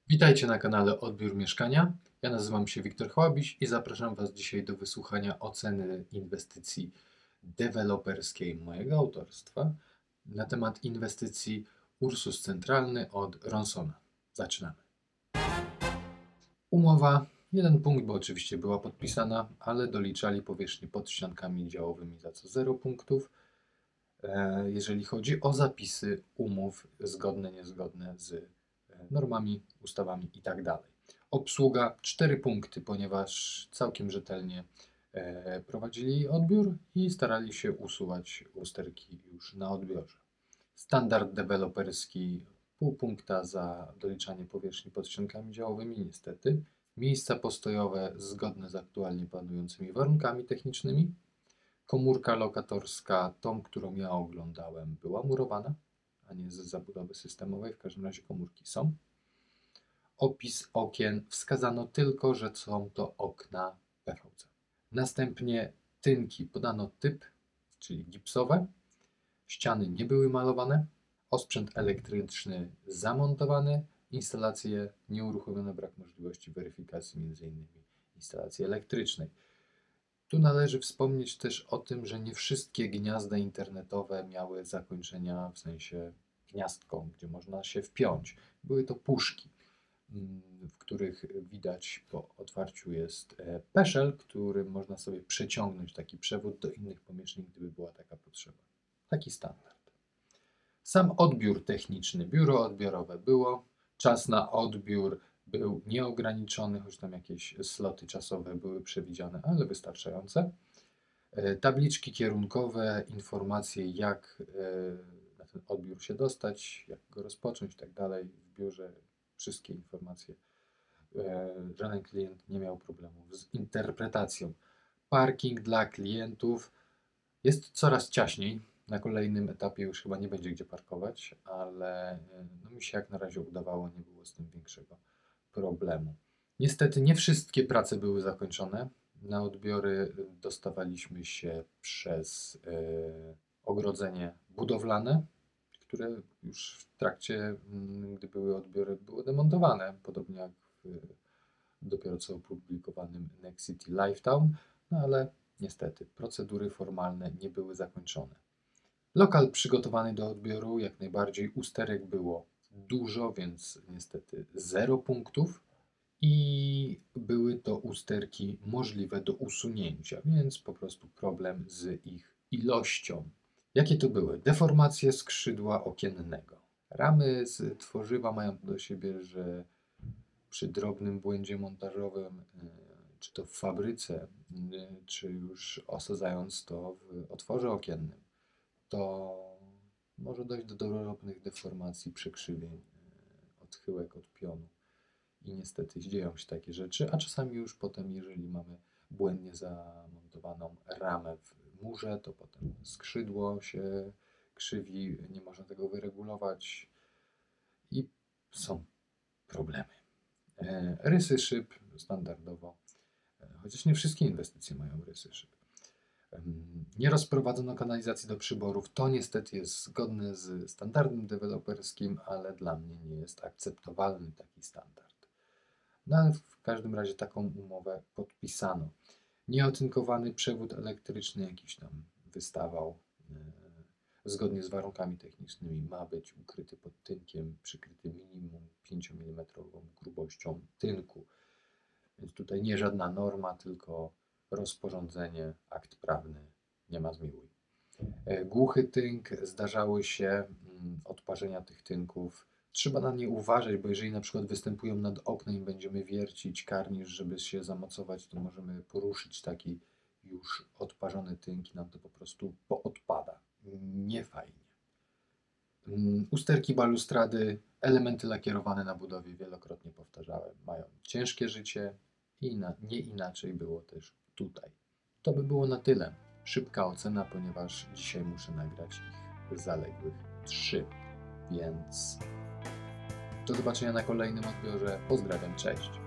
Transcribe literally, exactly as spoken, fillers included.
Witajcie na kanale Odbiór Mieszkania. Ja nazywam się Wiktor Chłabiś i zapraszam Was dzisiaj do wysłuchania oceny inwestycji deweloperskiej mojego autorstwa na temat inwestycji Ursus Centralny od Ronsona. Zaczynamy. Umowa, jeden punkt, bo oczywiście była podpisana, ale doliczali powierzchnię pod ściankami działowymi, za co zero punktów. Jeżeli chodzi o zapisy umów zgodne, niezgodne z normami, ustawami i tak dalej. Obsługa cztery punkty, ponieważ całkiem rzetelnie e, prowadzili odbiór i starali się usuwać usterki już na odbiorze. Standard deweloperski pół punkta za doliczanie powierzchni pod ściankami działowymi, niestety. Miejsca postojowe zgodne z aktualnie panującymi warunkami technicznymi. Komórka lokatorska, tą, którą ja oglądałem, była murowana, a nie z zabudowy systemowej. W każdym razie komórki są. Opis okien wskazano tylko, że są to okna P V C. Następnie tynki podano typ, czyli gipsowe. Ściany nie były malowane. Osprzęt elektryczny zamontowany. Instalacje nieuruchomione, brak możliwości weryfikacji m.in. instalacji elektrycznej. Tu należy wspomnieć też o tym, że nie wszystkie gniazda internetowe miały zakończenia w sensie gniazdką, gdzie można się wpiąć. Były to puszki, w których widać po otwarciu jest peszel, którym można sobie przeciągnąć taki przewód do innych pomieszczeń, gdyby była taka potrzeba. Taki standard. Sam odbiór techniczny, biuro odbiorowe było. Czas na odbiór był nieograniczony, choć tam jakieś sloty czasowe były przewidziane, ale wystarczające. Tabliczki kierunkowe, informacje, jak na ten odbiór się dostać, jak go rozpocząć i tak dalej. W biurze wszystkie informacje. Żaden klient nie miał problemów z interpretacją. Parking dla klientów jest coraz ciaśniej. Na kolejnym etapie już chyba nie będzie gdzie parkować, ale no mi się jak na razie udawało, nie było z tym większego problemu. Niestety nie wszystkie prace były zakończone. Na odbiory dostawaliśmy się przez e, ogrodzenie budowlane, które już w trakcie, gdy były odbiory, było demontowane, podobnie jak w dopiero co opublikowanym Next City Lifetown, no ale niestety procedury formalne nie były zakończone. Lokal przygotowany do odbioru, jak najbardziej, usterek było dużo, więc niestety zero punktów i były to usterki możliwe do usunięcia, więc po prostu problem z ich ilością. Jakie to były? Deformacje skrzydła okiennego. Ramy z tworzywa mają do siebie, że przy drobnym błędzie montażowym, czy to w fabryce, czy już osadzając to w otworze okiennym, to może dojść do drobnych deformacji, przekrzywień, odchyłek od pionu. I niestety dzieją się takie rzeczy, a czasami już potem, jeżeli mamy błędnie zamontowaną ramę w murze, to potem skrzydło się krzywi, nie można tego wyregulować i są problemy. Rysy szyb standardowo, chociaż nie wszystkie inwestycje mają rysy szyb. Nie rozprowadzono kanalizacji do przyborów. To niestety jest zgodne z standardem deweloperskim, ale dla mnie nie jest akceptowalny taki standard. No ale w każdym razie taką umowę podpisano. Nieotynkowany przewód elektryczny jakiś tam wystawał. Zgodnie z warunkami technicznymi ma być ukryty pod tynkiem, przykryty minimum pięciomilimetrową grubością tynku. Więc tutaj nie żadna norma, tylko rozporządzenie, akt prawny, nie ma zmiłuj. Głuchy tynk, zdarzały się odparzenia tych tynków. Trzeba na nie uważać, bo jeżeli na przykład występują nad oknem i będziemy wiercić karnisz, żeby się zamocować, to możemy poruszyć taki już odparzony tynk i nam to po prostu poodpada. Nie fajnie. Usterki balustrady, elementy lakierowane na budowie, wielokrotnie powtarzałem, mają ciężkie życie i na, nie inaczej było też tutaj. To by było na tyle. Szybka ocena, ponieważ dzisiaj muszę nagrać ich zaległych trzy, więc do zobaczenia na kolejnym odbiorze. Pozdrawiam, cześć.